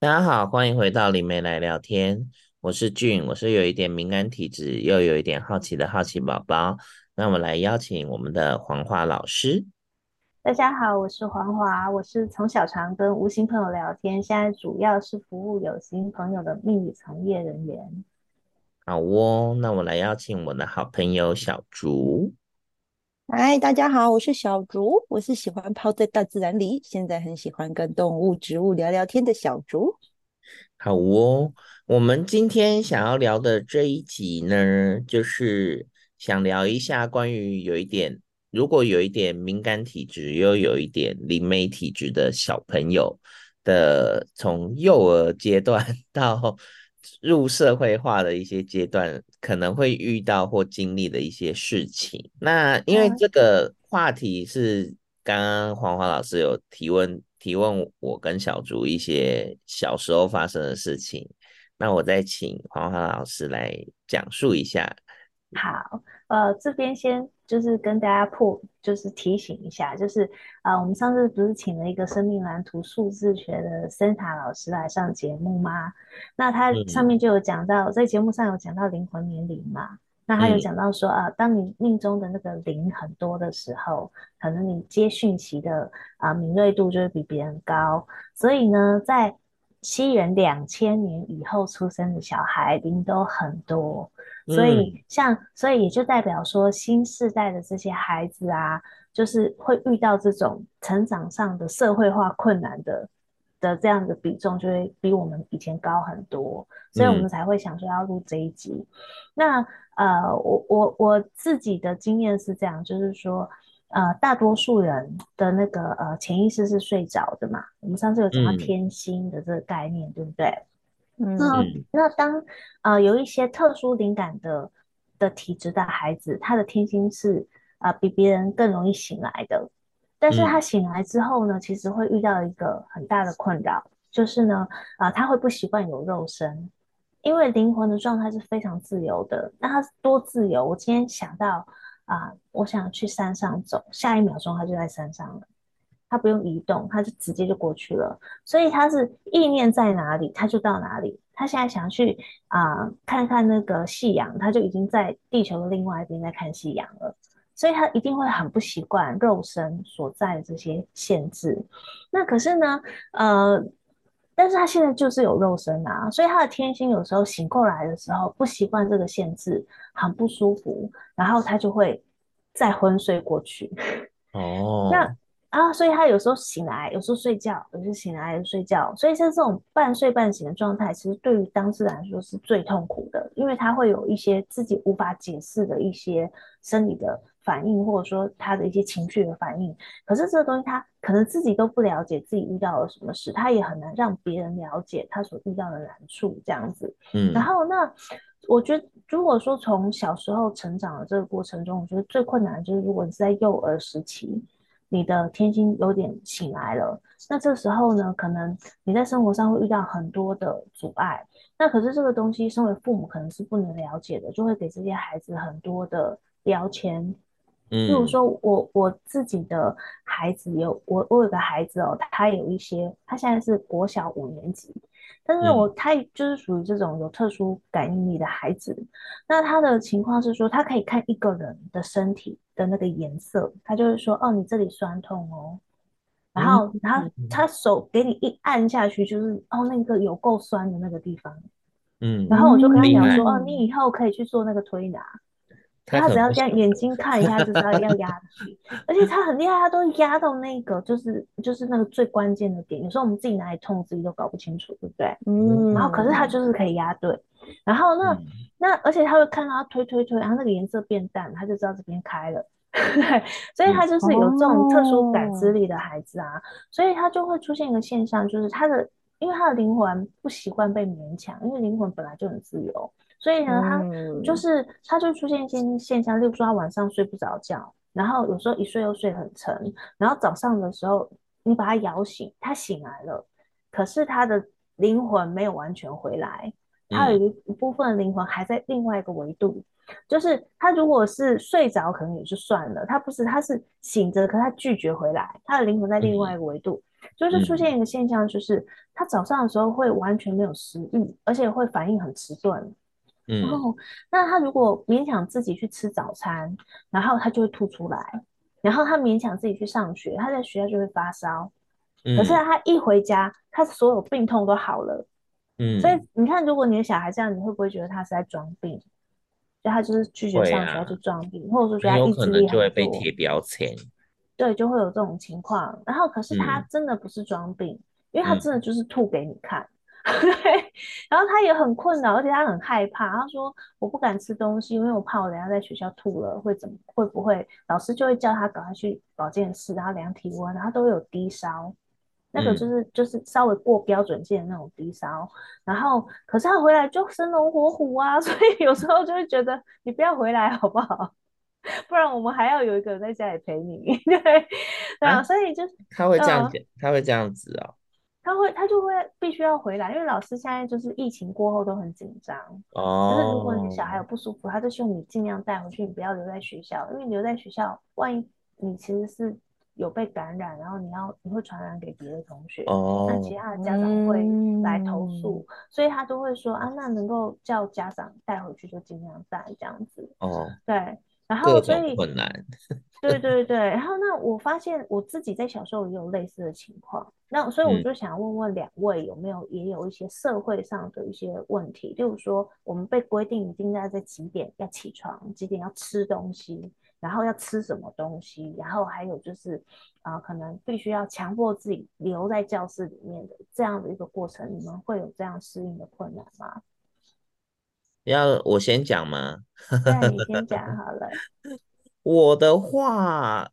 大家好，欢迎回到灵媒来聊天。我是俊，我是有一点敏感体质，又有一点好奇的好奇宝宝。那我们来邀请我们的黄华老师。 大家好，我是黄华，我是从小常跟无形朋友聊天，现在主要是服务有形朋友的命理从业人员。 好哦，那我来邀请我的好朋友小竹。 嗨，大家好，我是小竹，我是喜欢泡在大自然里，现在很喜欢跟动物、植物聊聊天的小竹。 好哦，我们今天想要聊的这一集呢，就是想聊一下关于如果有一点敏感体质，又有一点灵媒体质的小朋友的，从幼儿阶段到入社会化的一些阶段，可能会遇到或经历的一些事情。那因为嗯， 这个话题是刚刚黄华老师有提问我跟小竹一些小时候发生的事情，那我再请黄华老师来讲述一下。 好，这边先就是跟大家就是提醒一下，就是我们上次不是请了一个生命蓝图数字学的森塔老师来上节目吗？那他上嗯面就有讲到，在节目上有讲到灵魂年龄嘛，那他有嗯讲到说当你命中的那个零很多的时候，可能你接讯息的敏锐度就会比别人高，所以呢，在西元2000年以后出生的小孩零都很多。 嗯所以也就代表说，新世代的这些孩子啊，就是会遇到这种成长上的社会化困难的这样的比重，就会比我们以前高很多，所以我嗯们才会想说要录这一集。那我自己的经验是这样，就是说。大多数人的那个潜意识是睡着的嘛。我们上次有讲到嗯天星的这个概念，对不对？ 嗯那当有一些特殊灵感的体质的孩子，他的天性是比别人更容易醒来的，但是他嗯醒来之后呢，其实会遇到一个很大的困扰，就是呢他会不习惯有肉身，因为灵魂的状态是非常自由的。那他多自由？我今天想到我想去山上走，下一秒钟他就在山上了。他不用移动，他就直接就过去了。所以他是意念在哪里，他就到哪里。他现在想去看看那个夕阳，他就已经在地球的另外一边在看夕阳了。所以他一定会很不习惯肉身所在的这些限制。那可是呢，呃，但是他现在就是有肉身啊，所以他的天性有时候醒过来的时候不习惯这个限制，很不舒服，然后他就会再昏睡过去。那哦所以他有时候醒来，有时候睡觉，有时候醒来，有时候睡觉，所以像这种半睡半醒的状态，其实对于当事人来说是最痛苦的，因为他会有一些自己无法解释的一些生理的反应，或者说他的一些情绪的反应。可是这个东西他可能自己都不了解自己遇到了什么事，他也很难让别人了解他所遇到的难处，这样子。然嗯后我觉得，如果说从小时候成长的这个过程中，我觉得最困难的就是如果你是在幼儿时期，你的天性有点醒来了，那这时候呢，可能你在生活上会遇到很多的阻碍。那可是这个东西，身为父母可能是不能了解的，就会给这些孩子很多的标签。例如嗯说我自己的孩子我有个孩子哦，他现在是国小5年级，但是嗯他就是属于这种有特殊感应力的孩子。那他的情况是说，他可以看一个人的身体的那个颜色，他就会说，哦，你这里酸痛哦。 嗯然后他手给你一按下去，就是哦，那个有够酸的那个地方。然嗯， 后我就跟他厉害， 讲说，哦，你以后可以去做那个推拿。 他他只要这样很不熟。 眼睛看一下，就知道要压哪里。而且他很厉害，他都压到那个就是那个最关键的点。有时候我们自己哪里痛自己都搞不清楚，对不对？然后可是他嗯就是可以压对。然后嗯而且他会看到他推，然后那个颜色变淡，他就知道这边开了。所以他嗯就是有这种特殊感知哦， 力的孩子啊，所以他就会出现一个现象，就是因为他的灵魂不习惯被勉强，因为灵魂本来就很自由。所以呢， 嗯他就出现一些现象，例如说他晚上睡不着觉，然后有时候一睡又睡很沉，然后早上的时候你把他摇醒，他醒来了，可是他的灵魂没有完全回来，他有嗯一部分灵魂还在另外一个维度。就是他如果是睡着，可能也就算了，他不是，他是醒着，可他拒绝回来，他的灵魂在另外一嗯个维度， 就是出嗯现一个现象，就是他早上的时候会完全没有食欲，而且会反应很迟钝。然嗯后，那他如果勉强自己去吃早餐，然后他就会吐出来，然后他勉强自己去上学，他在学校就会发烧。可是嗯他一回家，他所有病痛都好了。所以嗯， 你看，如果你的小孩这样，你会不会觉得他是在装病？就他就是拒绝会上学，他就啊， 装病，或者说觉得他很有意志力可能就会很弱。 被贴标签。 对，就会有这种情况。然后，可是他嗯真的不是装病，因为他真嗯的就是吐给你看。对，然后他也很困扰，而且他很害怕。他说：“我不敢吃东西，因为我怕我等下在学校吐了会不会老师就会叫他赶快去保健室，然后量体温，然后都会有低烧，那个就嗯是就是稍微过标准线的那种低烧。然后可是他回来就生龙活虎啊，所以有时候就会觉得你不要回来好不好？不然我们还要有一个人在家里陪你。对对啊， 啊， 所以就是他会这样呃， 讲，他会这样子哦。 他就会必须要回来，因为老师现在就是疫情过后都很紧张，就是如果你小孩有哦不舒服，他就希望你尽量带回去，你不要留在学校，因为你留在学校，万一你其实是有被感染，然后你会传染给别的同学，那哦， 其他的家长会来投嗯， 诉，所以他都会说啊，那能够叫家长带回去就尽量带这样子。 哦， 对，然各种后所以困难。 对对对，然后那我发现我自己在小时候也有类似的情况，那所以我嗯就想问问两位有没有也有一些社会上的一些问题，例如说我们被规定一定要在几点要起床，几点要吃东西，然后要吃什么东西，然后还有就是可能必须要强迫自己留在教室里面的这样的一个过程，你们会有这样适应的困难吗？ 要我先讲吗？ 对啊，你先讲好了。 我的话，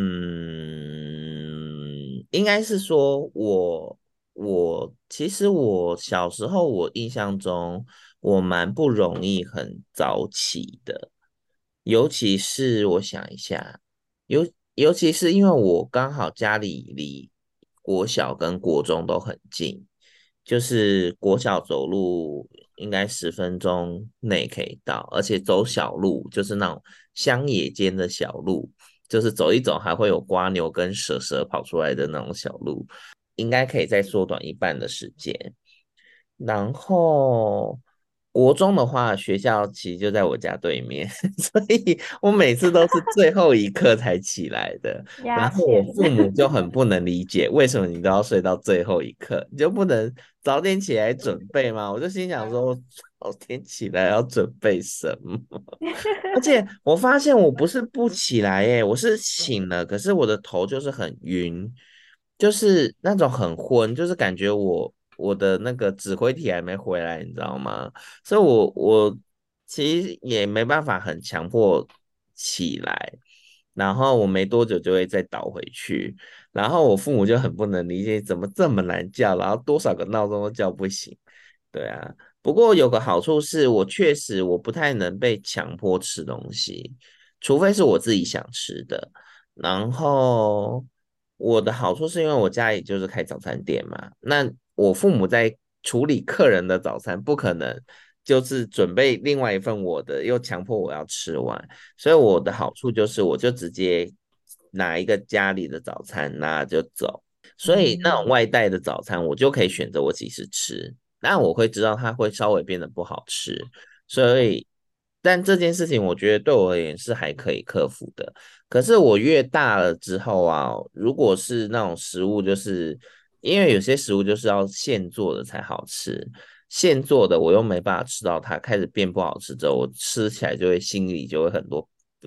应该是说我其实我小时候我印象中我蛮不容易很早起的，尤其是我想一下，尤其是因为我刚好家里离国小跟国中都很近，就是国小走路应该10分钟内可以到，而且走小路就是那种乡野间的小路，就是走一走还会有瓜牛跟蛇跑出来的那种小路，应该可以再缩短一半的时间。然后国中的话，学校其实就在我家对面，所以我每次都是最后一刻才起来的。然后我压线。 父母就很不能理解，为什么你都要睡到最后一刻，你就不能早点起来准备吗？我就心想说，早点起来要准备什么？而且我发现我不是不起来耶，我是醒了，可是我的头就是很晕，就是那种很昏，就是感觉我的那个指挥体还没回来，你知道吗？所以我其实也没办法很强迫起来，然后我没多久就会再倒回去，然后我父母就很不能理解，怎么这么难叫，然后多少个闹钟都叫不醒。对啊，不过有个好处是我确实我不太能被强迫吃东西，除非是我自己想吃的。然后我的好处是因为我家里就是开早餐店嘛，那我父母在处理客人的早餐，不可能就是准备另外一份我的，又强迫我要吃完，所以我的好处就是我就直接拿一个家里的早餐，那就走。所以那种嗯外带的早餐，我就可以选择我几时吃。那我会知道它会稍微变得不好吃，所以，但这件事情我觉得对我而言是还可以克服的。可是我越大了之后啊，如果是那种食物，就是因为有些食物就是要现做的才好吃，现做的我又没办法吃到它开始变不好吃之后，我吃起来就会心里就会很多，就是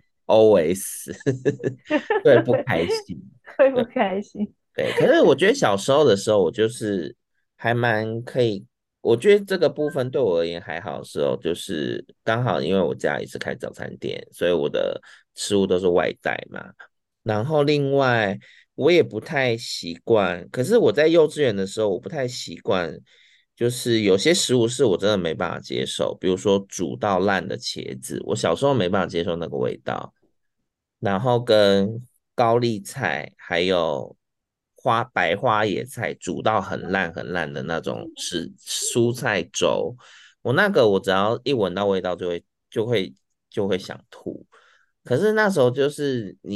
OS，对，不开心。 会不开心。 对，可是我觉得小时候的时候，我就是还蛮可以，我觉得这个部分对我而言还好的时候，就是刚好因为我家里是开早餐店，所以我的食物都是外带嘛。然后另外我也不太习惯，可是我在幼稚园的时候，我不太习惯，就是有些食物是我真的没办法接受，比如说煮到烂的茄子，我小时候没办法接受那个味道。然后跟高丽菜还有白花野菜煮到很烂很烂的那种蔬菜粥，我只要一闻到味道就会想吐。可是那时候就是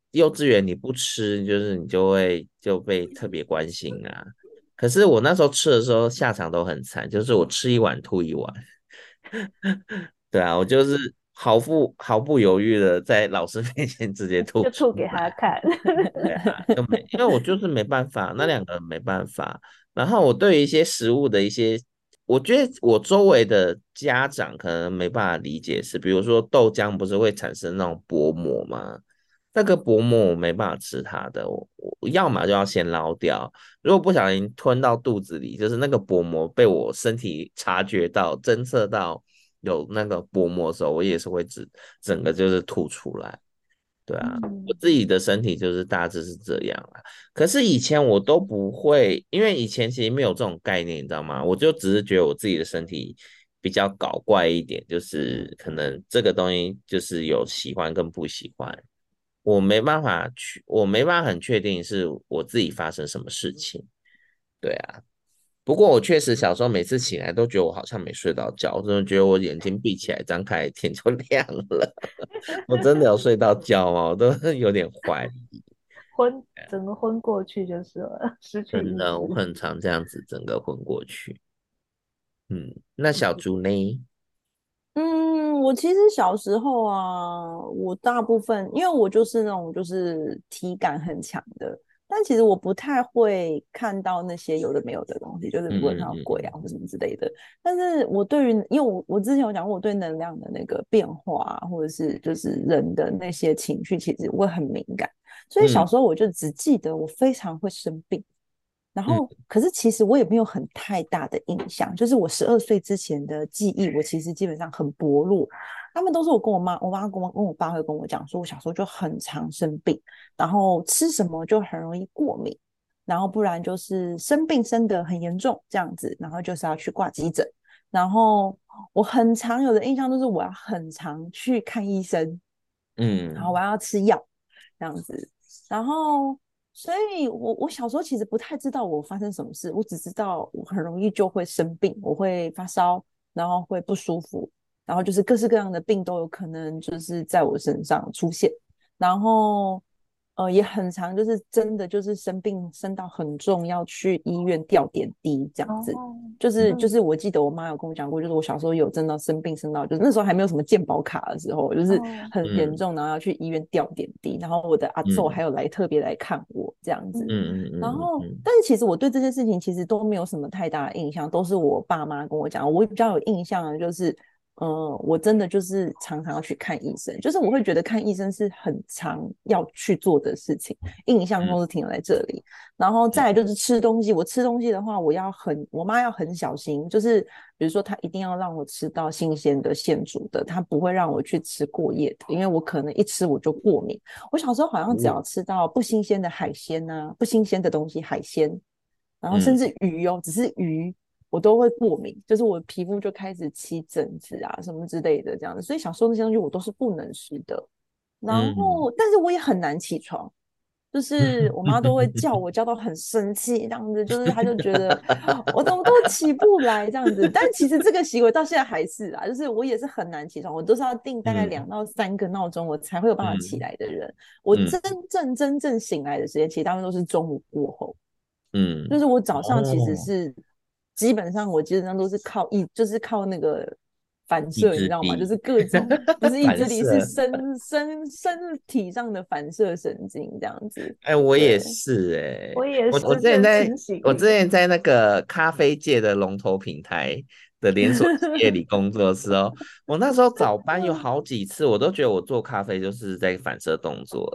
幼稚园你不吃，就是你就被特别关心啊。可是我那时候吃的时候下场都很惨，就是我吃一碗吐一碗。对啊，我就是毫不犹豫的在老师面前直接吐出就吐给他来。 看。 对啊，因为我就是没办法，那两个人没办法。然后我对于一些食物的一些，我觉得我周围的家长可能没办法理解是，比如说豆浆不是会产生那种薄膜吗？那个薄膜我没办法吃它的，我要么就要先捞掉，如果不小心吞到肚子里，就是那个薄膜被我身体察觉到、侦测到有那个薄膜的时候，我也是会整个就是吐出来。对啊，我嗯， 自己的身体就是大致是这样啦。可是以前我都不会，因为以前其实没有这种概念，你知道吗？我就只是觉得我自己的身体比较搞怪一点，就是可能这个东西就是有喜欢跟不喜欢，我没办法很确定是我自己发生什么事情。对啊，不过我确实小时候每次起来都觉得我好像没睡到觉，我真的觉得我眼睛闭起来张开天就亮了。我真的有睡到觉吗？我都有点怀疑。 整个昏过去就是了，失去真的，我意识。 很常这样子整个昏过去。嗯，那小猪呢？ 我其实小时候啊，我大部分因为我就是那种就是体感很强的，但其实我不太会看到那些有的没有的东西，就是不会看到鬼啊或什么之类的。但是我对于，因为我之前有讲过，我对能量的那个变化啊，或者是就是人的那些情绪，其实我很敏感，所以小嗯时候我就只记得我非常会生病。然嗯后，可是其实我也没有很太大的印象，就是我12岁之前的记忆，我其实基本上很薄弱。他们都是我妈跟我爸会跟我讲说，我小时候就很常生病，然后吃什么就很容易过敏，然后不然就是生病生得很严重这样子，然后就是要去挂急诊。然后我很常有的印象都是我要很常去看医生，然后我嗯要吃药这样子。然后，所以我小时候其实不太知道我发生什么事，我只知道我很容易就会生病，我会发烧，然后会不舒服，然后就是各式各样的病都有可能就是在我身上出现。然后也很常就是真的就是生病生到很重要去医院吊点滴这样子。 哦， 就是嗯， 我记得我妈有跟我讲过，就是我小时候有真的生病生到，就是那时候还没有什么健保卡的时候，就是哦， 很严嗯重，然后要去医院吊点滴，然后我的阿祖嗯还有特别来看我这样子。 嗯嗯然后， 嗯嗯但是其实我对这件事情其实都没有什么太大的印象，都是我爸妈跟我讲。我比较有印象的就是，我真的就是常常要去看医生，就是我会觉得看医生是很常要去做的事情，印象中是停留在这里。然后再来就是吃东西，我吃东西的话，我妈要很小心，就是比如说她一定要让我吃到新鲜的现煮的，她不会让我去吃过夜的，因为我可能一吃我就过敏。我小时候好像只要吃到不新鲜的海鲜啊，不新鲜的东西，海鲜，然后甚嗯至鱼哦，只是鱼我都会过敏，就是我皮肤就开始起疹子啊什么之类的这样子，所以小时候那些东西我都是不能吃的。然嗯后，但是我也很难起床，就是我妈都会叫我叫到很生气这样子，就是她就觉得我怎么都起不来这样子。但其实这个行为到现在还是啊，就是我也是很难起床，我都是要定大概2到3个闹钟，我才会有办法起嗯来的人。我嗯真正醒来的时间，其实大部分都是中午过后。就嗯， 是我早上其实哦， 是基本上都是就是靠那个反意射，你知道吗？就志力， 是各种不是意志力，是反射。 身体上的反射神经这样子。 哎，我也对， 是哎， 我也我是更清醒。 我之前在那个咖啡界的龙头品牌的连锁企业里工作的时候，我那时候早班有好几次，我都觉得我做咖啡就是在反射动作。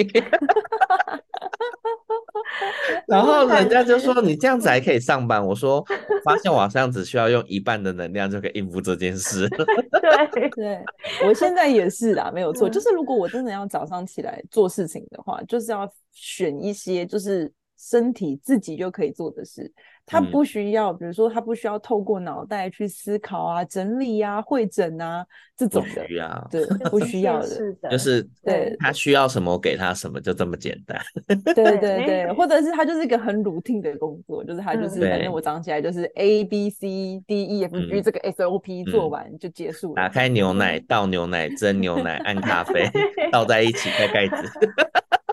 然后人感家就说觉， 你这样子还可以上班，我说我发现我好像只需要用一半的能量就可以应付这件事。 对， 对，我现在也是啦，没有错。就嗯是如果我真的要早上起来做事情的话，就是要选一些就是身体自己就可以做的事，他嗯， 不需要，比如说他不需要透过脑袋去思考啊、整理啊、会诊啊这不种的， 需要， 对， 就不机械需要的。 式的， 就是对对他需要什么我给他什么，就这么简单。 对对， 对对，或者是他就是一个很 routine 的工作，就是他就是反正对， 我早上起来就是 A B C D E F G 嗯这个 SOP 做嗯， 完就结束了打这样子。 开牛奶，倒牛奶，蒸牛奶，按咖啡，倒在一起，盖盖子。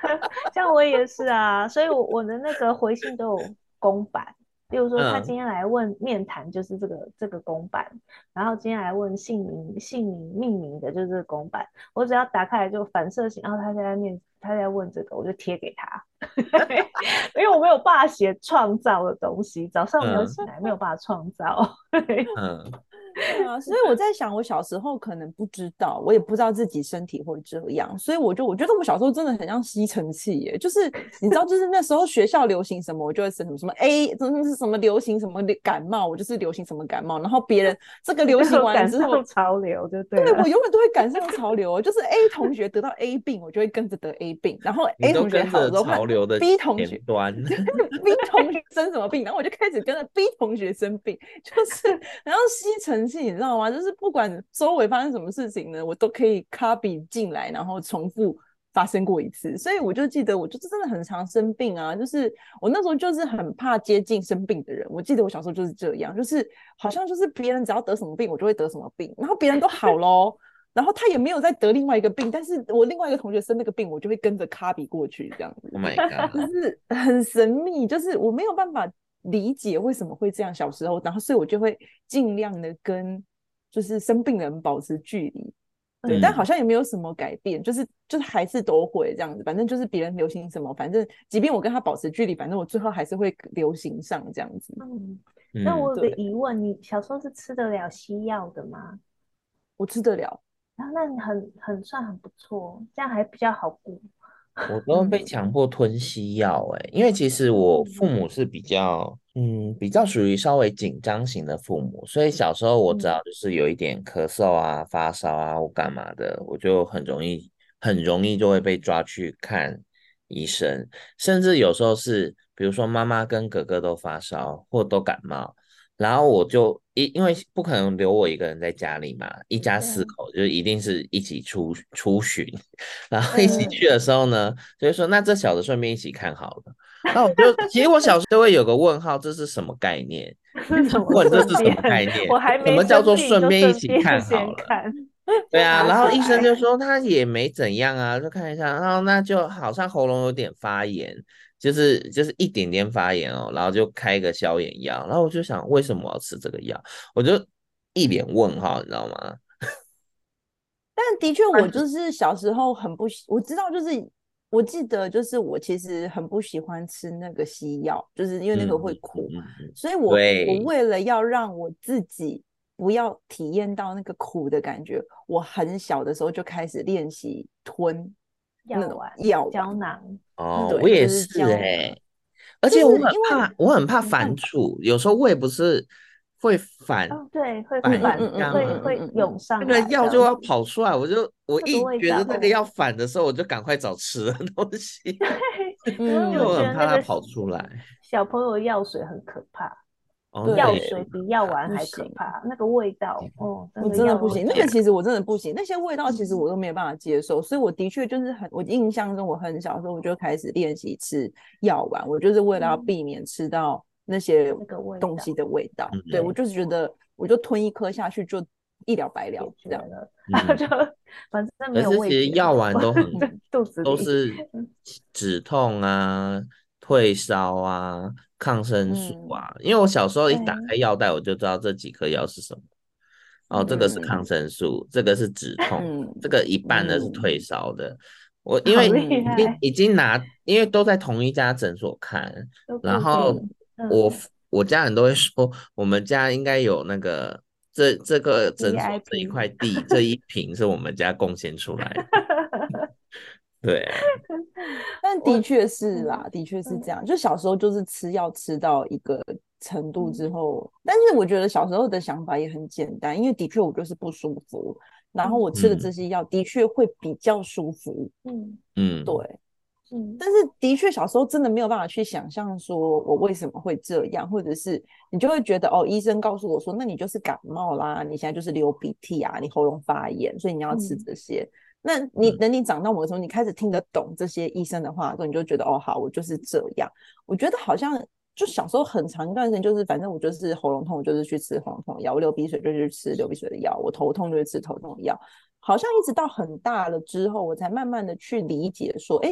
像我也是啊，所以我的那个回信都有公版。例如说，他嗯今天来问面谈，就是这个公版，然后今天来问姓名命名的，就是这个公版。我只要打开来就反射性，然后他在问这个，我就贴给他，因为我没有办法写创造的东西，早上没有嗯起来，没有办法创造。 嗯对啊，所以我在想，我小时候可能不知道，我也不知道自己身体会这样，所以我觉得我小时候真的很像吸尘器耶，就是你知道，就是那时候学校流行什么，我就会什么 A，真的是什么流行什么感冒，我就是流行什么感冒，然后别人这个流行完了感之后， 受潮流就对对，我了。 永远都会赶上潮流哦，就是 A 同学得到 A 病，我就会跟着得 A 病，然后你 A 都同学跟着好了之后，看潮流的 B 同学前端。 B 同学生什么病，然后我就开始跟着 B 同学生病，就是然后吸尘器，你知道吗？就是不管周围发生什么事情呢，我都可以 copy 进来，然后重复发生过一次，所以我就记得，我就是真的很常生病啊，就是我那时候就是很怕接近生病的人。我记得我小时候就是这样，就是好像就是别人只要得什么病，我就会得什么病，然后别人都好咯，然后他也没有再得另外一个病，但是我另外一个同学生那个病，我就会跟着 copy 过去，这样子， Oh my 就 god！ 是很神秘，就是我没有办法理解为什么会这样。小时候，然后所以我就会尽量的跟就是生病的人保持距离。对，但好嗯， 像也没有什么改变，就是还是都会这样子，反正就是别人流行什么，反正即便我跟他保持距离，反正我最后还是会流行上这样子。 嗯，那嗯， 我有个对， 疑问，你小时候是吃得了西药的吗？ 我吃得了。 然后那你算很不错，这样还比较好顾。 我都被嗯强迫吞西药因为其实我父嗯母是比较属于稍微紧张型的父母，所以小时候我只要嗯， 就是有一点咳嗽啊、发烧啊或干嘛的，我就很容易就会被抓去看医生，甚至有时候是比如说妈妈跟哥哥都发烧或都感冒，然后我就因为不可能留我一个人在家里嘛，一家四对， 口就一定是一起出巡，然后一起嗯， 去的时候呢，就会说那这小的顺便一起看好了。那其实我小时候都会有个问号，这是什么概念？ 是什么问这顺便？ 是什么概念？ 我还没什么叫生病做顺就顺便一起便先看好了？ 看， 对啊， 好然后医生可爱。 就说他也没怎样啊，就看一下，然后那就好像喉咙有点发炎，就是一点点发炎哦，然后就开一个消炎药，然后我就想为什么我要吃这个药？我就一脸问号，你知道吗？ 但的确，我啊就是小时候很不喜，我知道，就是我记得，就是我其实很不喜欢吃那个西药，就是因为那个会苦，所以我对， 为了要让我自己不要体验到那个苦的感觉，我很小的时候就开始练习吞那种药丸、 药丸， 胶囊， 哦，我对， 也就是是胶囊， 而且我就是因为很怕，我很怕反嗯刍，有时候胃不是会反哦，对，会嗯嗯反， 嗯嗯嗯一下吗？ 会涌那上个药就要来这样子， 跑出来，我那个味一觉得那个道哦， 要反的时候，我就赶快找吃的东西， 你们有没因为有嗯嗯， 我很怕它觉得那个跑出来。 小朋友药水很可怕？ 哦，那个药也对， 水比很可怕。 药丸还可不行。 怕，那个味道哦，那我个真的不行，那药的味道， 个其实我真的不行，那些味道其实嗯我都没有办法接受，所以我的确就是我印象中我很小的时候我就开始练习吃药丸，我就是为了要嗯， 避免吃到那些那个味道东西的味道。对，我嗯就是觉得我就吞一颗下去就一了百解了这样。 决了， 嗯， 就反正没有可是其实药味觉嘛，我丸都很在嗯肚子里， 都是止痛啊、退烧啊、抗生素嗯啊。因为我小时候一打对， 开药袋，我就知道这几颗药是什么。哦，这个是抗嗯生素，这个是止痛， 嗯这个一半的是嗯退烧的。我因好为厉嗯害， 因为都在同一家诊所看， 都然固定， 后嗯我嗯我家人都会说，我们家应该有那个这个诊所这一 ，VIP， 块地这一平是我们家贡献出来的。对啊， 但的我， 确是啦， 嗯的确是这嗯样。就小时候就是吃药吃到一个程度之嗯后，但是我觉得小时候的想法也很简单，因为的确我就是不舒服，然后我嗯吃的这嗯些药的确会比较舒服， 嗯嗯对。 嗯但是的确小时候真的没有办法去想象说我为什么会这样，或者是你就会觉得哦，医生告诉我说，那你就是感冒啦，你现在就是流鼻涕啊，你喉咙发炎，所以你要吃嗯这些。那你嗯等你长到某个时候，你开始听得懂这些医生的话的时候，你就觉得哦，好，我就是这样。我觉得好像就小时候很长一段时间，就是反正我就是喉咙痛，我就是去吃喉咙痛药；我流鼻水就去吃流鼻水的药；我头痛就去吃头痛的药。好像一直到很大了之后，我才慢慢的去理解说，哎，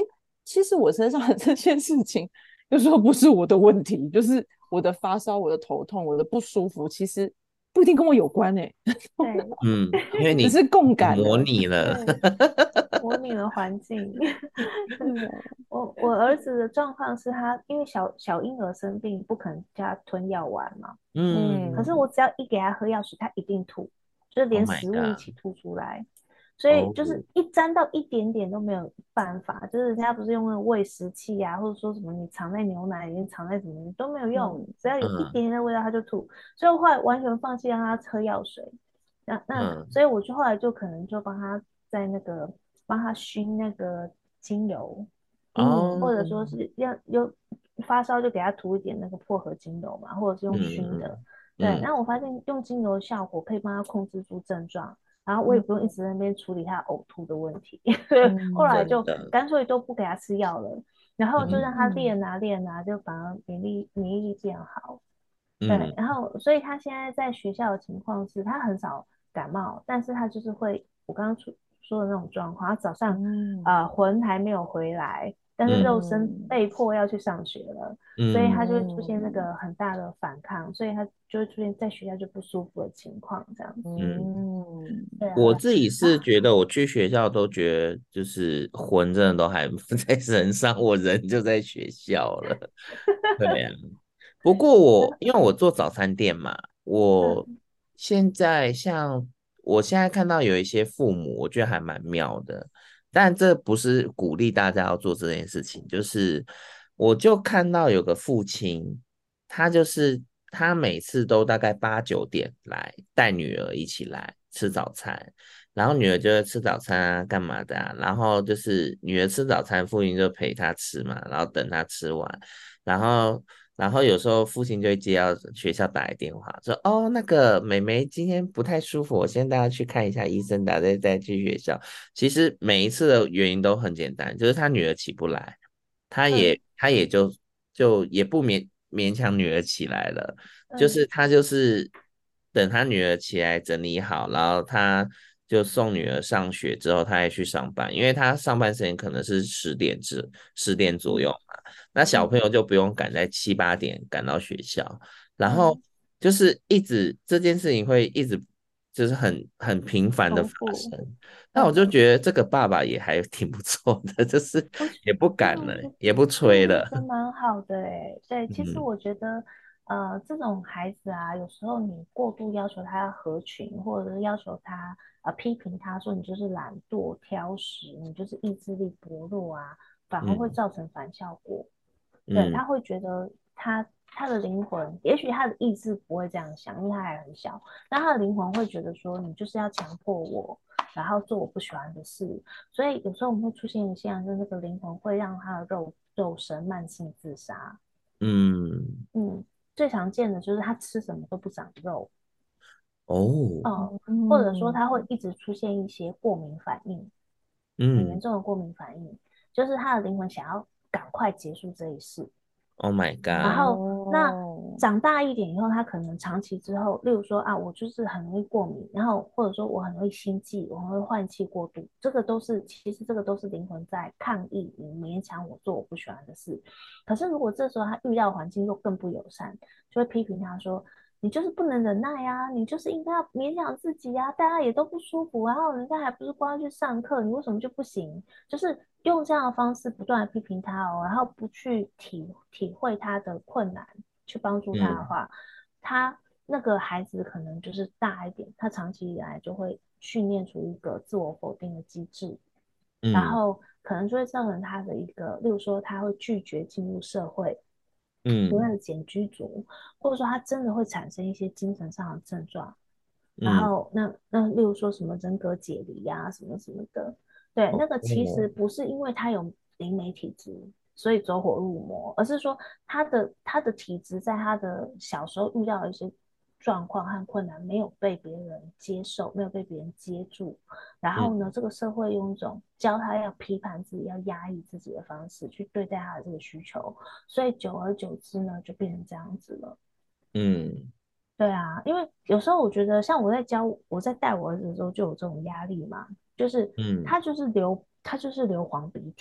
其实我身上的这件事情，有时候不是我的问题，就是我的发烧、我的头痛、我的不舒服，其实不一定跟我有关对因为只你是共你模感了。 拟了。 对，模拟了环境。 是啊， 我儿子的状况是他因为小婴儿生病，不可能叫他吞药丸嘛。可是嗯嗯我只要一给他喝药水，他一定吐，就是 ，Oh 连 my 食物一 god， 起吐出来。所以哦， 就是一沾到一点点都没有办法，就是人家不是用那个喂食器啊，或者说什么你藏在牛奶里面，藏在什么都没有用， 嗯只要有一嗯点点的味道他就吐。所以我后来完全放弃让他喝药水。 嗯所以我就后来就可能就帮他在那个帮他熏那个精油，或者哦， 说是要发烧就给他涂一点那个薄荷精油嘛，或者是用熏的。 嗯对， 嗯那我发现用精油的效果可以帮他控制住症状，然后我也嗯不用一直在那边处理他呕吐的问题。后嗯来就真的， 干脆都不给他吃药了，然后就让他嗯练啊，就反而免疫力变好。对， 嗯然后所以他现在在学校的情况是，他很少感冒，但是他就是会我刚刚说的那种状况，他早上嗯魂还没有回来，但是肉身嗯被迫要去上学了，所以他嗯就会出现那嗯个很大的反抗，所以他就会出现在学校就不舒服的情况，这样子。 嗯， 嗯对啊，对啊， 我自己是啊， 觉得，我去学校都觉得就是魂真的都还在身上，我人就在学校了。对啊，不过因为我做早餐店嘛，我嗯现在我现在看到有一些父母，我觉得还蛮妙的，但这不是鼓励大家要做这件事情，就是我就看到有个父亲，他每次都大概8、9点来带女儿一起来吃早餐，然后女儿就会吃早餐啊，干嘛的啊，然后就是女儿吃早餐，父亲就陪她吃嘛，然后等她吃完。然后有时候父亲就会接到学校打来电话，说哦，那个妹妹今天不太舒服，我先带她去看一下医生，再去学校。其实每一次的原因都很简单，就是他女儿起不来， 嗯他也就也不勉强女儿起来了，就是嗯他就是等他女儿起来整理好，然后他就送女儿上学之后，他还去上班，因为他上班时间可能是10点左右嗯嘛。那小嗯朋友就不用赶在7、8点赶到学校，然后嗯， 就是这件事情会一直就是很频繁的发重复。 生。那我嗯。 就觉得这个爸爸也还挺不错的，就是我觉也不对啊， 赶了，也不这样催了。 其实蛮好的诶。对，其实嗯我觉得，这种孩子啊，有时候你过度要求他要合群，或者是要求他批评他说你就是懒惰、挑食，你就是意志力薄弱啊，反而会嗯造成反效果。对， 嗯他会觉得他的灵魂，也许他的意志不会这样想，因为他还很小，但他的灵魂会觉得说你就是要强迫我，然后做我不喜欢的事。所以有时候我们会出现一个现象，就是那个灵魂会让他的肉身慢性自杀。 嗯， 嗯，最常见的就是他吃什么都不长肉。 哦， 或者说嗯他会一直出现一些过敏反应，很严嗯重的过敏反应，就是他的灵魂想要赶快结束这一世。 ，Oh my 然 god， 后那哦， 长大一点以后，他可能长期之后，例如说啊，我就是很容易过敏，然后或者说我很容易心悸，我很容易换气过度，其实这个都是灵魂在抗议你勉强我做我不喜欢的事。可是如果这时候他遇到环境又更不友善，就会批评他说。你就是不能忍耐啊，你就是应该要勉强自己啊，大家也都不舒服，然后人家还不是乖乖去上课，你为什么就不行？就是用这样的方式不断的批评他哦，然后不去体会他的困难，去帮助他的嗯话，他那个孩子可能就是大一点，他长期以来就会训练出一个自我否定的机制，然嗯后可能就会造成他的一个，例如说他会拒绝进入社会，永远嗯的简居族，或者说他真的会产生一些精神上的症状，然嗯， 后例如说什么人格解离呀、什么什么的，对，那个其实哦， 不是因为他有灵媒体质，所以走火入魔，而是说他的体质在他的小时候遇到的一些状况和困难没有被别人接受，没有被别人接住，然后呢， 嗯这个社会用一种教他要批判自己、要压抑自己的方式去对待他的这个需求，所以久而久之呢，就变成这样子了。 嗯对啊，因为有时候我觉得，像我在带我儿子的时候，就有这种压力嘛，就是嗯他就是流黄鼻涕，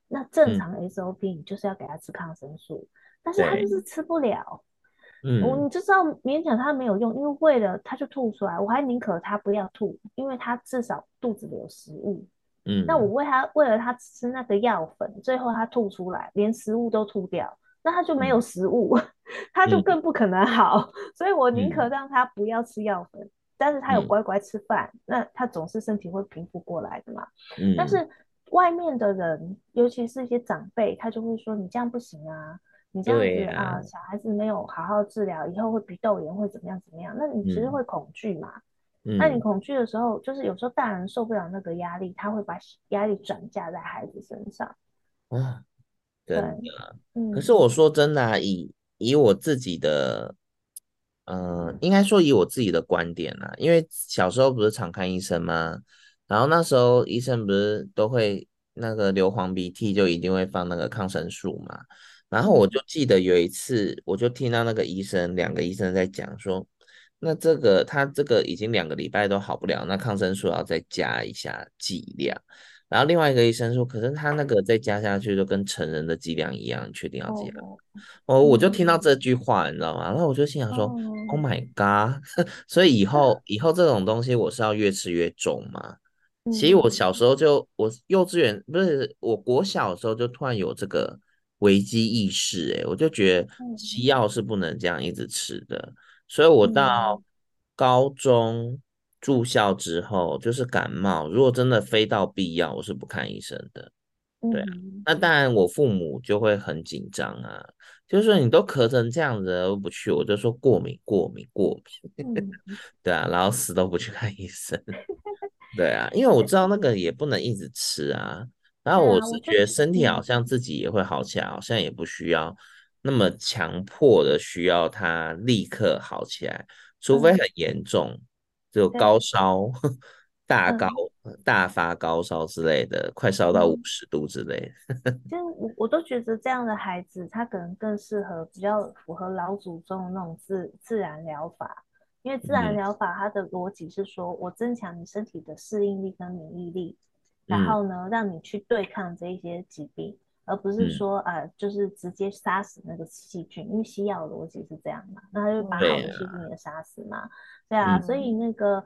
那正嗯， 常 SOP 你就是要给他吃抗生素，但是他就对， 是吃不了。 嗯你就知道勉强他没有用，因为为了他就吐出来，我还宁可他不要吐，因为他至少肚子里有食物。那我嗯为了他吃那个药粉，最后他吐出来，连食物都吐掉，那他就没有嗯食物，他就嗯更不可能好。所以我宁可嗯让他不要吃药粉，但是他有嗯乖乖吃饭，那他总是身体会平复过来的嘛。但嗯， 是外面的人，尤其是一些长辈，他就会说你这样不行啊，你这样对呀， 子啊，小孩子没有好好治疗，以后会鼻窦炎，会怎么样怎么样？那你其实嗯会恐惧嘛？那你嗯恐惧的时候，就是有时候大人受不了那个压力，他会把压力转嫁在孩子身上。 啊， 对， 真的。可是嗯我说真的啊，以我自己的，应该说以我自己的观点啦，因为小时候不是常看医生吗？然后那时候医生不是都会那个流黄鼻涕，就一定会放那个抗生素嘛。然后我嗯就记得有一次，我就听到那个医生，两个医生在讲说，那这个他这个已经2个礼拜都好不了，那抗生素要再加一下剂量。然后另外一个医生说，可是他那个再加下去就跟成人的剂量一样，你确定要这样？ 哦我就听到嗯这句话，你知道吗？然后我就心想说，Oh 哦 my god！所以以后这种东西我是要越吃越重吗？其实我嗯小时候就，我幼稚园不是我国小的时候就突然有这个危机意识，我就觉得西嗯药是不能这样一直吃的，所以我到嗯高中住校之后，就是感冒，如果真的非到必要，我是不看医生的。对啊， 嗯那当然我父母就会很紧张啊，就是说你都咳成这样子了都不去，我就说过敏过敏过敏， 嗯， 对啊，然后死都不去看医生。对啊，因为我知道那个也不能一直吃啊。然后对啊， 我是我就觉得身体好嗯像自己也会好起来，好像也不需要那么强迫的需要它立刻好起来，除非很嗯严重，就高对烧、大高、 嗯大发高烧之类的，快烧到五嗯。 十度之类的。 其实我都觉得这样的孩子，他可能更适合比较符合老祖宗的那种自然疗法，因为自然嗯疗法它的逻辑是说我增强你身体的适应力跟免疫力，然嗯后呢让你去对抗这一些疾病，而不是嗯， 说就是直接杀死那个细菌，因为西药的逻辑是这样嘛，那他就把好的细对啊， 菌也杀死嘛，对啊，所以嗯那个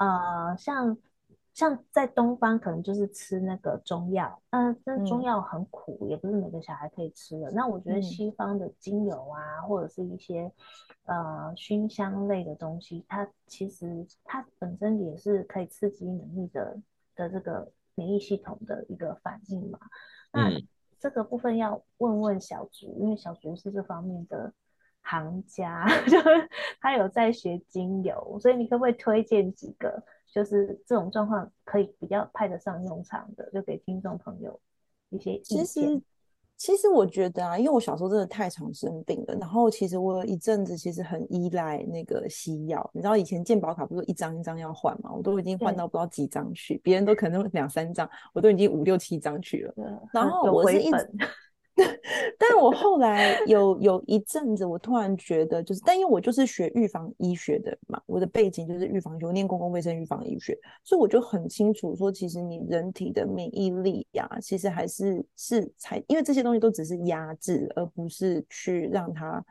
像在东方可能就是吃那个中药，那中嗯药很苦，也不是每个小孩可以吃的。那我觉得嗯西方的精油啊，或者是一些熏香类的东西，它其实它本身也是可以刺激免疫的这个免疫系统的一个反应嘛。那嗯。 这个部分要问问小竹，因为小竹是这方面的行家，就是他有在学精油，所以你可不可以推荐几个，就是这种状况可以比较派得上用场的，就给听众朋友一些意见。 其实，其实我觉得啊，因为我小时候真的太常生病了，然后其实我有一阵子其实很依赖那个西药。你知道以前健保卡不是一张一张要换嘛，我都已经换对， 到不知道几张去，别人都可能两三张，我都已经五六七张去了。然后很有我是一直， 回本。 但是我后来有一阵子，我突然觉得就是，但因为我就是学预防医学的嘛，我的背景就是预防学，我念公共卫生预防医学，所以我就很清楚说，其实你人体的免疫力呀、其实还是才，因为这些东西都只是压制，而不是去让它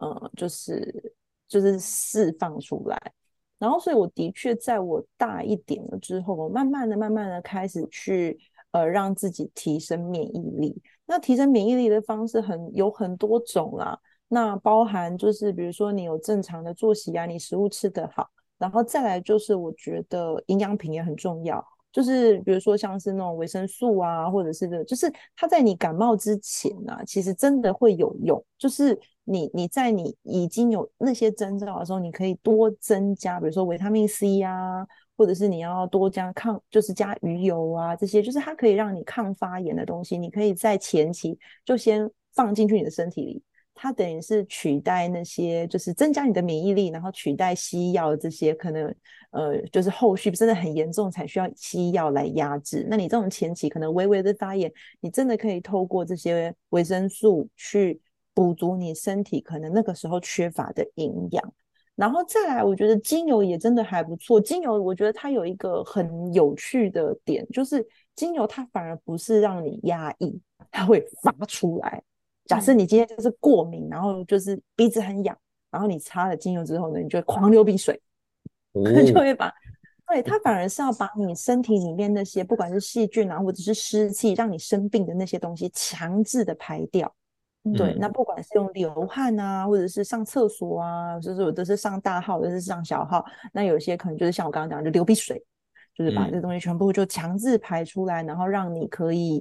就是释放出来。然后，所以我的确在我大一点了之后，我慢慢的开始去让自己提升免疫力。那提升免疫力的方式有很多种啦，那包含就是比如说你有正常的作息啊，你食物吃得好，然后再来就是我觉得营养品也很重要，就是比如说像是那种维生素啊，或者是就是它在你感冒之前啊，其实真的会有用，就是你在你已经有那些征兆的时候，你可以多增加，比如说维他命 C 啊，或者是你要多加就是加鱼油啊，这些就是它可以让你抗发炎的东西，你可以在前期就先放进去你的身体里，它等于是取代那些就是增加你的免疫力，然后取代西药这些可能就是后续真的很严重才需要西药来压制。那你这种前期可能微微的发炎，你真的可以透过这些维生素去补足你身体可能那个时候缺乏的营养。然后再来，我觉得精油也真的还不错。精油我觉得它有一个很有趣的点，就是精油它反而不是让你压抑， 它会发出来。假设你今天就是过敏，然后就是鼻子很痒，然后你擦了精油之后呢，你就会狂流鼻水，就哦， 会把，对，它反而是要把你身体里面那些不管是细菌啊，或者是湿气，让你生病的那些东西强制的排掉。对，那嗯不管是用流汗啊，或者是上厕所啊，就是有的是上大号，有的是上小号，那有些可能就是像我刚刚讲的，就流鼻水，就是把这嗯东西全部就强制排出来，然后让你可以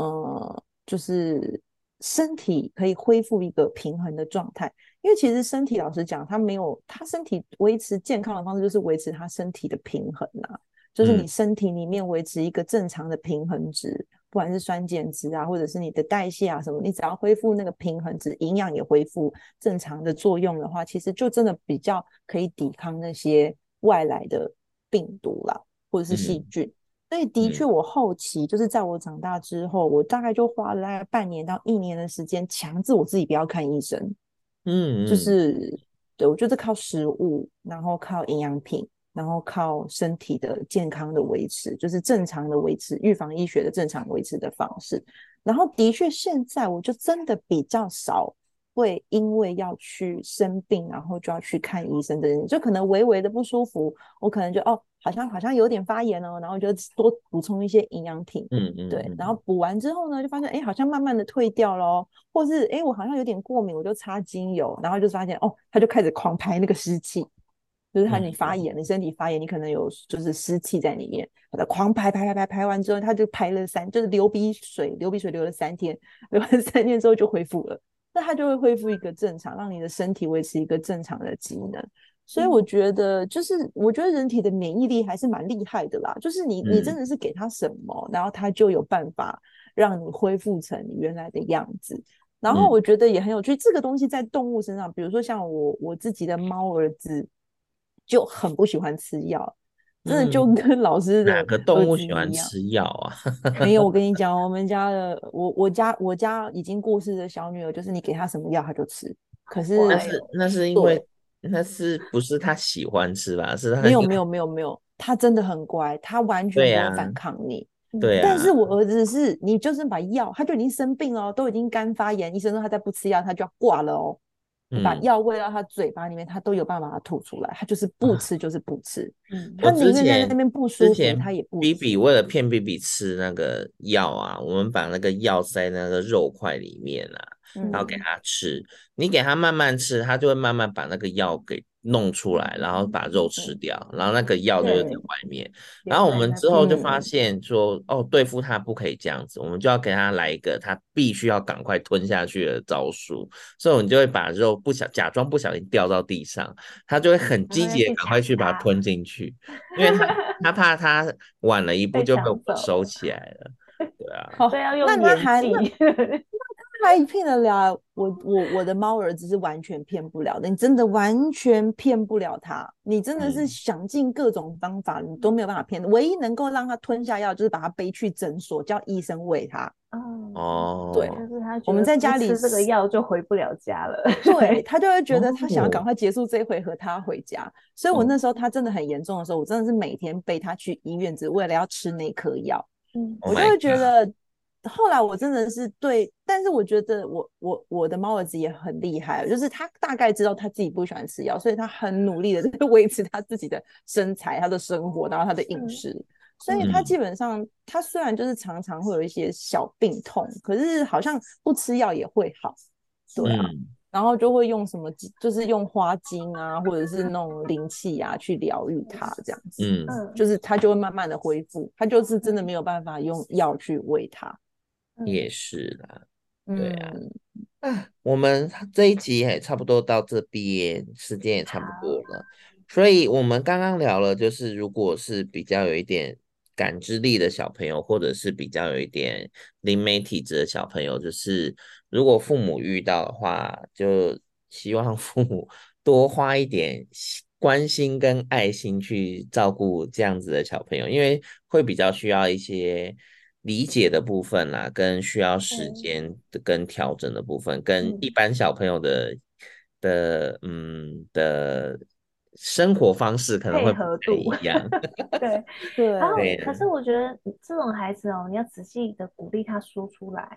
就是身体可以恢复一个平衡的状态。因为其实身体老实讲，它没有，它身体维持健康的方式就是维持它身体的平衡啊，就是你嗯身体里面维持一个正常的平衡值。不管是酸碱值啊，或者是你的代谢啊什么，你只要恢复那个平衡值，营养也恢复正常的作用的话，其实就真的比较可以抵抗那些外来的病毒啦，或者是细嗯菌。所以的确， 嗯我后期就是在我长大之后，我大概就花了大概半年到1年的时间，强制我自己不要看医生，就嗯是对我就是靠食物，然后靠营养品，然后靠身体的健康的维持，就是正常的维持，预防医学的正常维持的方式。然后的确，现在我就真的比较少会因为要去生病，然后就要去看医生的人，就可能微微的不舒服，我可能就好像有点发炎哦，然后就多补充一些营养品。 嗯嗯对，然后嗯补完之后呢，就发现好像慢慢的退掉咯，或是我好像有点过敏，我就擦精油，然后就发现它就开始狂排那个湿气，就是你发炎，你身体发炎，你可能有就是湿气在里面，把它狂排完之后，它就排了就是流鼻水流了3天，流完3天之后就恢复了，那它就会恢复一个正常，让你的身体维持一个正常的机能。所以我觉得，我觉得人体的免疫力还是蛮厉害的啦。就是你真嗯的是给他什么，然后他就有办法让你恢复成你原来的样子。然后我嗯觉得也很有趣，这个东西在动物身上，比如说像我自己的猫儿子就很不喜欢吃药，真的就嗯， 跟老师哪的儿个动物子一样。 喜欢吃药啊？ 没有，我跟你讲，我们家的我家已经过世的小女儿，就是你给她什么药她就吃。可是那是因为对， 那是不是他喜欢吃吧？是他因为没有没有没有没有，她真的很乖，她完全对呀不会反抗你。但对呀， 是我儿子是，你就是把药，他就已经生病了哦，都已经肝发炎，医生说他再不吃药他就要挂了哦。你把嗯药喂到他嘴巴里面，他都有办法把它吐出来，他就是不啊， 吃就是不吃， 我他宁愿在那边不舒服， 之前他也不比比吃。 为了骗比比吃那个药啊，我们把那个药塞那个肉块里面啊，然后给嗯， 他吃。你给他慢慢吃，他就会慢慢把那个药给弄出来，然后把肉吃对掉，然后那个药就是在对， 外面。然留后我们之后在那边。 就发嗯， 现说，哦，对付他不可以这样子，我们就要给他来一个他必须要赶快吞下去的招数。所以我们就会把肉假装不小心掉到地上，他就会很然后积极的赶快要去抢它， 去把它吞进去。因为他怕他晚了一步被就被我抢走。 们收起来了。对啊， 好， 所以要那用他还那演技。 还骗得了我的猫儿子是完全骗不了的，你真的完全骗不了他，你真的是嗯， 想尽各种方法，你都没有办法骗。唯一能够让他吞下药，就是把他背去诊所，叫医生喂他。 嗯， 对， 哦， 就是他我觉得不们在家里吃这个药就回不了家了。 对，他就会觉得他想要赶哦快结束这一回合，他要回家。所以我哦那时候他真的很严重的时候，我真的是每天背他去医院，只为了要吃那颗药。 嗯 ，Oh 我就 my 会觉 god， 得，后来我真的是对，但是我觉得我的猫儿子也很厉害，就是他大概知道他自己不喜欢吃药，所以他很努力的在维持他自己的身材、他的生活，然后他的饮嗯食。所以他嗯嗯基本上，他虽然就是常常会有一些小病痛，可是好像不吃药也会好。对啊， 嗯然后就会用什么，就是用花精啊，或者是那种灵气啊，去疗愈它，这样子， 嗯， 嗯就是它就会慢慢的恢复，它就是真的没有办法用药去喂它。 嗯， 也是啦，对啊。 嗯， 我们这一集也差不多到这边，时间也差不多好， 了，所以我们刚刚聊了，就是如果是比较有一点感知力的小朋友，或者是比较有一点灵媒体质的小朋友，就是如果父母遇到的话，就希望父母多花一点关心跟爱心去照顾这样子的小朋友，因为会比较需要一些理解的部分啦，跟需要时对， 间的跟调整的部分，跟一嗯， 般小朋友的生活方式可能配会不太合度。 一样。 对，然后对， 对， 可是我觉得这种孩子哦，你要仔细的鼓励他说出来，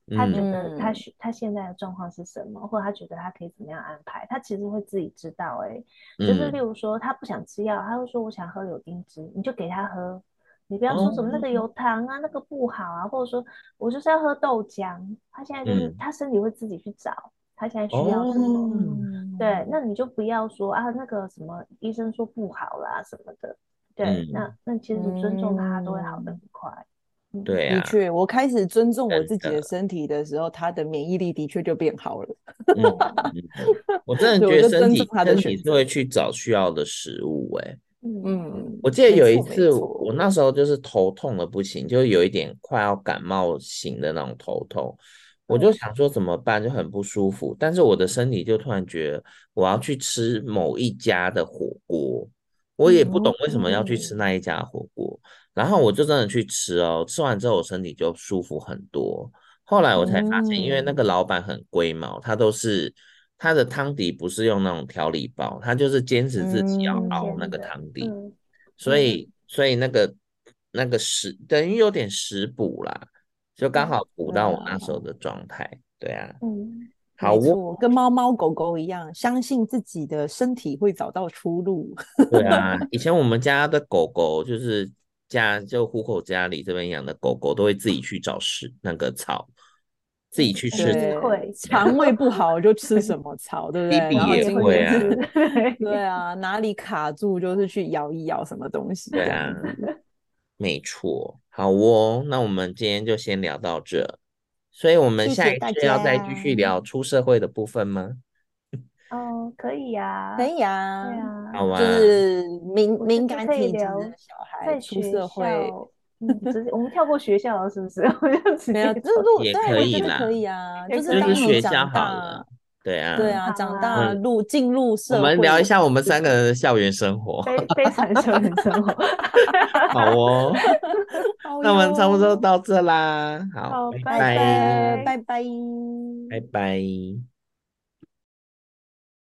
他觉嗯得他现在的状况是什么，或者他觉得他可以怎么样安排，他其实会自己知道。就是例嗯， 如说他不想吃药，他会说我想喝柳丁汁，你就给他喝。你不要说什么那个哦， 有糖啊，那个不好啊，或者说我就是要喝豆浆。他现在就是嗯他身体会自己去找他现在需要什么。 哦， 对， 嗯， 那你就不要说啊那个什么医生说不好啦什么的。对，那嗯， 那其实你尊重他，都会好得很嗯， 快。嗯， 对啊， 的确，我开始尊重我自己的真的。 身体的时候，他的免疫力的确就变好了。 嗯对， 嗯，我真的对，我觉得就身体尊重他的身体是会选择。 去找需要的食物、欸。 嗯嗯， 我记得没错没有一次，我错。 那时候就是头痛的不行，就有一点快要感冒型的那种头痛，我就嗯想说怎么办，就很不舒服。但是我的身体就突然觉得我要去吃某一家的火锅，我也不懂为什么要去吃嗯那一家火锅，然后我就真的去吃哦，吃完之后我身体就舒服很多。后来我才发现，因为那嗯个老板很龟毛，他都是他的汤底不是用那种调理包，他就是坚持自己要新熬那个鲜的。 汤底。 嗯嗯所以那个等于有点食补啦，就刚嗯好补对到我那时候啊， 的状态。对啊， 嗯好哦， 没错，跟猫猫狗狗一样，相信自己的身体会找到出路。 对啊，以前我们家的狗狗就是就虎口家里这边养的狗狗，都会自己去找那个草，自己嗯， 去吃草。 我们也对， 会。 对啊肠胃不好就吃什么草，对不对？ ，B B 然后也我们也会去吃。 今天是， 会啊， 对啊，哪里卡住就是去摇一摇什么东西对啊， 这样子。 没错。好哦，那我们今天就先聊到这，所以我们谢谢大下一次要再继家， 续聊出社会的部分吗？ 哦，可以呀。 可以啊， 对啊， 就好啊， 是敏我觉敏得可以感体质的聊小孩出在学社会， 校。直接我们跳过学校了，是不是？我就直没有， 接走。 也可对，我觉得可以啦， 以啊， 也就是就是可以哦。 当你学校长好了。 大， 对啊， 对啊，长大嗯， 进入我社会们聊一下我们三个之后， 人的校园生活。 悲惨校园生活。 好哦， 好那我们差不多哟， 到这啦。好， 好， 拜拜好拜， 的， 拜。 拜拜。 拜拜。